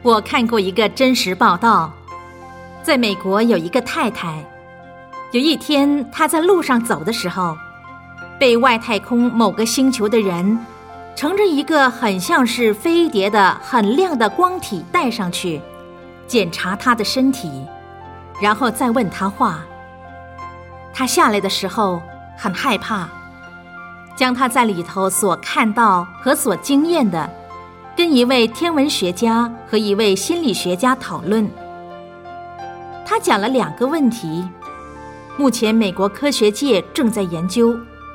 我看过一个真实报道，在美国有一个太太，有一天她在路上走的时候，被外太空某个星球的人乘着一个很像是飞碟的很亮的光体带上去，检查她的身体，然后再问她话。她下来的时候很害怕，将她在里头所看到和所经验的跟一位天文学家和一位心理学家讨论。他讲了2个问题，目前美国科学界正在研究。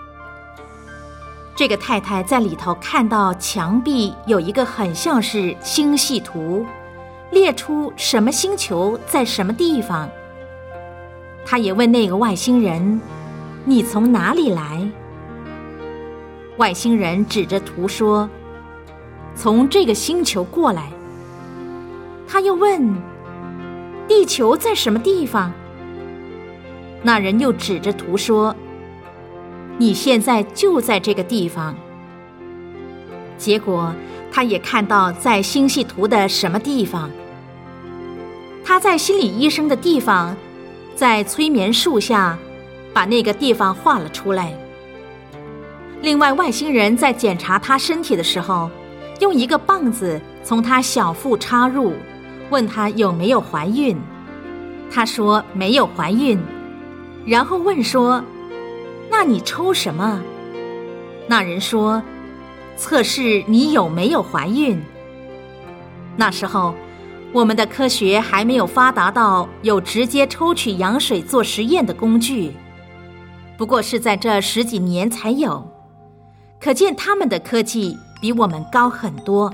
这个太太在里头看到墙壁有一个很像是星系图，列出什么星球在什么地方。她也问那个外星人：你从哪里来？外星人指着图说：从这个星球过来。他又问：地球在什么地方？那人又指着图说：你现在就在这个地方。结果他也看到在星系图的什么地方。他在心理医生的地方，在催眠术下把那个地方画了出来。另外，外星人在检查他身体的时候，用一个棒子从他小腹插入，问他有没有怀孕。他说没有怀孕，然后问说：那你抽什么？那人说：测试你有没有怀孕。那时候我们的科学还没有发达到有直接抽取羊水做实验的工具，不过是在这10几年才有，可见他们的科技比我们高很多。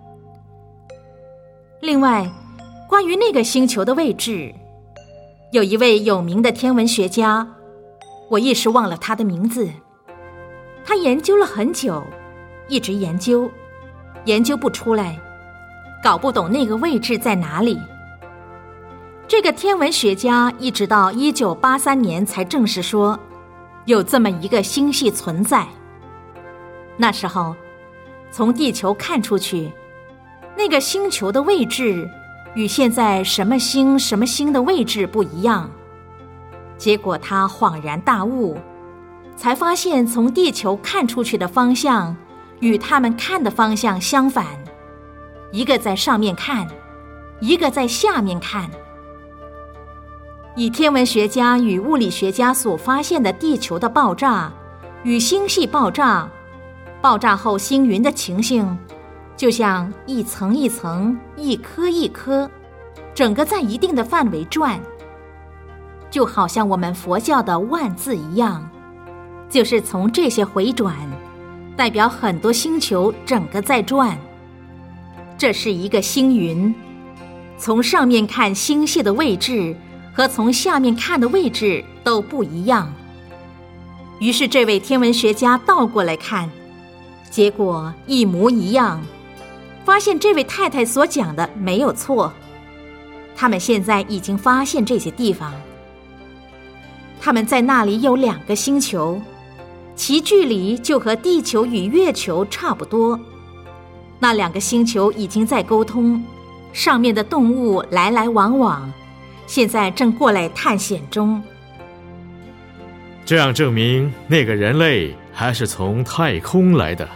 另外，关于那个星球的位置，有一位有名的天文学家，我一时忘了他的名字，他研究了很久，一直研究不出来，搞不懂那个位置在哪里。这个天文学家一直到1983年才证实说有这么一个星系存在。那时候从地球看出去，那个星球的位置与现在什么星什么星的位置不一样。结果他恍然大悟，才发现从地球看出去的方向与他们看的方向相反，一个在上面看，一个在下面看。以天文学家与物理学家所发现的地球的爆炸与星系爆炸后星云的情形，就像一层一层，一颗一颗，整个在一定的范围转，就好像我们佛教的万字一样，就是从这些回转，代表很多星球整个在转。这是一个星云，从上面看星系的位置和从下面看的位置都不一样。于是这位天文学家倒过来看，结果一模一样，发现这位太太所讲的没有错。他们现在已经发现这些地方，他们在那里有2个星球，其距离就和地球与月球差不多。那2个星球已经在沟通，上面的动物来来往往，现在正过来探险中。 这样证明那个人类还是从太空来的。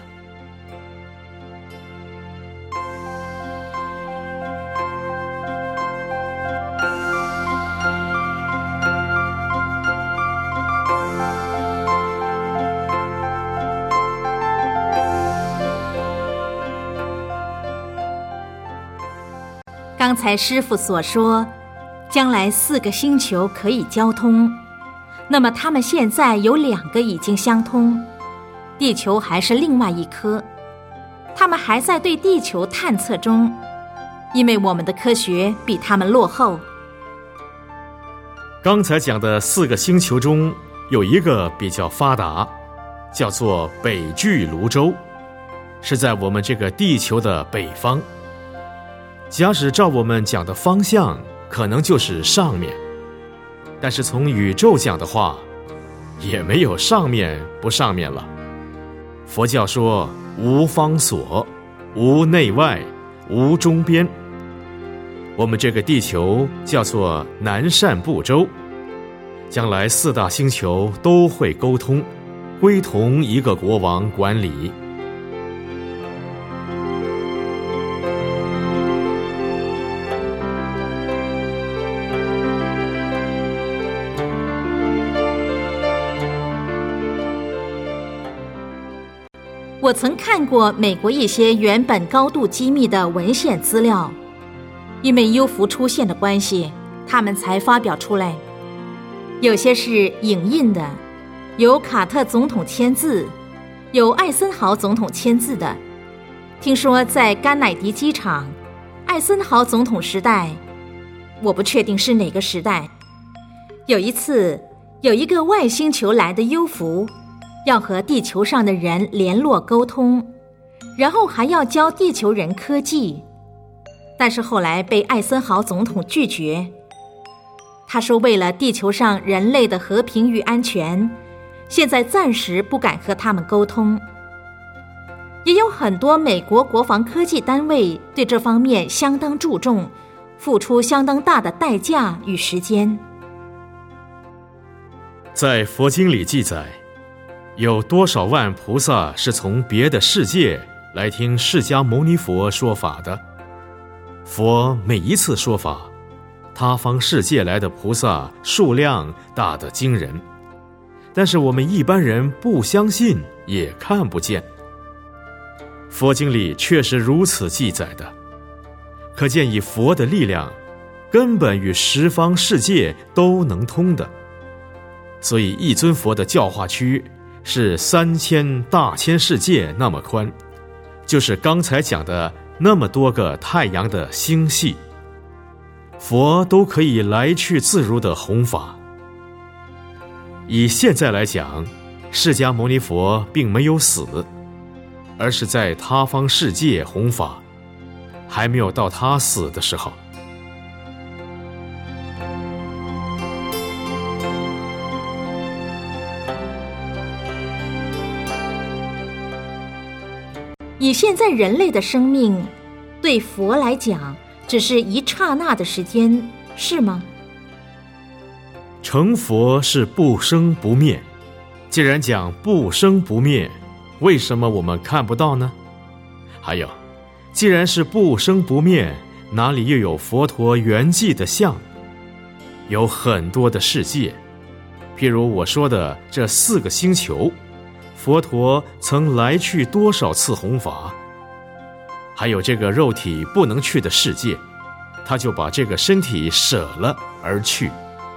刚才师父所说，将来4个星球可以交通，那么他们现在有2个已经相通，地球还是另外一颗，他们还在对地球探测中，因为我们的科学比他们落后。 刚才讲的4个星球中，有一个比较发达，叫做北距泸洲，是在我们这个地球的北方。假使照我们讲的方向，可能就是上面，但是从宇宙讲的话，也没有上面不上面了。佛教说无方所，无内外，无中边， 我们这个地球叫做南赡部洲，将来4大星球都会沟通，归同一个国王管理。 我曾看过美国一些原本高度机密的文献资料，因为幽浮出现的关系，他们才发表出来。有些是影印的，有卡特总统签字，有艾森豪总统签字的。听说在甘乃迪机场，艾森豪总统时代，我不确定是哪个时代，有一次有一个外星球来的幽浮要和地球上的人联络沟通，然后还要教地球人科技，但是后来被艾森豪总统拒绝。他说为了地球上人类的和平与安全，现在暂时不敢和他们沟通。也有很多美国国防科技单位对这方面相当注重，付出相当大的代价与时间。 在佛经里记载，有多少万菩萨是从别的世界来听释迦牟尼佛说法的？佛每一次说法，他方世界来的菩萨数量大得惊人，但是我们一般人不相信，也看不见。佛经里确实如此记载的，可见以佛的力量，根本与十方世界都能通的。所以一尊佛的教化区是3000大千世界那么宽，就是刚才讲的那么多个太阳的星系，佛都可以来去自如的弘法。以现在来讲，释迦牟尼佛并没有死，而是在他方世界弘法，还没有到他死的时候。 以现在人类的生命，对佛来讲，只是一刹那的时间，是吗？ 成佛是不生不灭，既然讲不生不灭，为什么我们看不到呢？还有，既然是不生不灭，哪里又有佛陀圆寂的像？有很多的世界，譬如我说的这4个星球，佛陀曾来去多少次弘法？还有这个肉体不能去的世界，他就把这个身体舍了而去。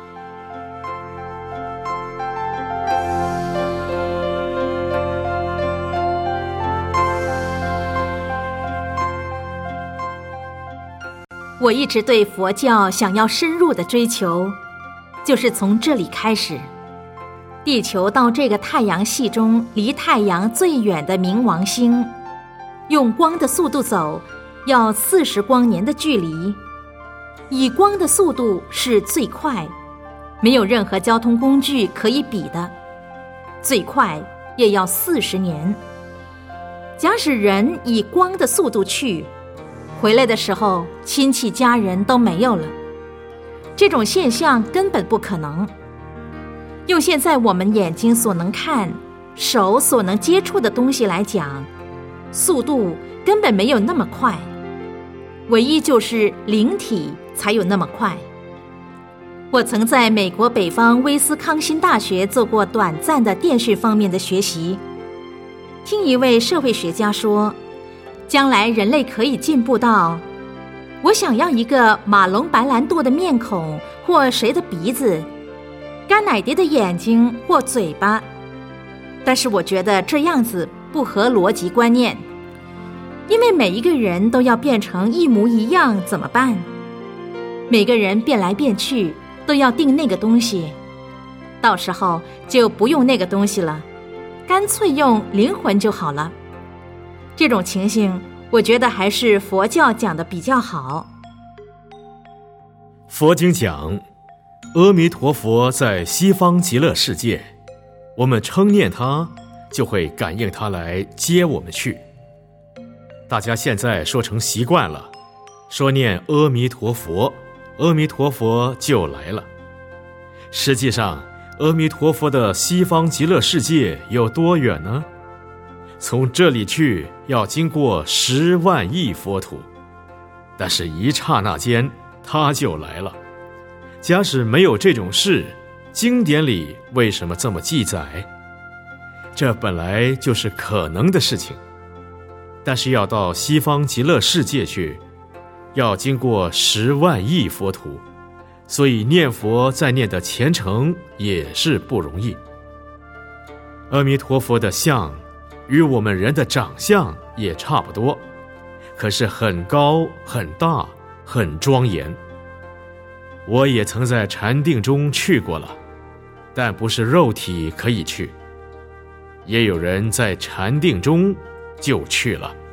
我一直对佛教想要深入的追求，就是从这里开始。地球到这个太阳系中离太阳最远的冥王星，用光的速度走，要40光年的距离。以光的速度是最快，没有任何交通工具可以比的，最快也要40年。假使人以光的速度去，回来的时候亲戚家人都没有了，这种现象根本不可能。用现在我们眼睛所能看、手所能接触的东西来讲，速度根本没有那么快，唯一就是灵体才有那么快。我曾在美国北方威斯康辛大学做过短暂的电讯方面的学习，听一位社会学家说，将来人类可以进步到，我想要一个马龙白兰度的面孔，或谁的鼻子，甘乃迪的眼睛或嘴巴，但是我觉得这样子不合逻辑观念，因为每一个人都要变成一模一样怎么办？每个人变来变去都要定那个东西，到时候就不用那个东西了，干脆用灵魂就好了。这种情形我觉得还是佛教讲的比较好。 佛经讲阿弥陀佛在西方极乐世界，我们称念他，就会感应他来接我们去。大家现在说成习惯了， 说念阿弥陀佛，阿弥陀佛就来了。实际上，阿弥陀佛的西方极乐世界有多远呢？从这里去要经过10万亿佛土，但是一刹那间他就来了。假使没有这种事，经典里为什么这么记载？这本来就是可能的事情，但是要到西方极乐世界去，要经过10万亿佛土，所以念佛在念的虔诚也是不容易。阿弥陀佛的像与我们人的长相也差不多，可是很高很大很庄严。我也曾在禅定中去过了，但不是肉体可以去，也有人在禅定中就去了。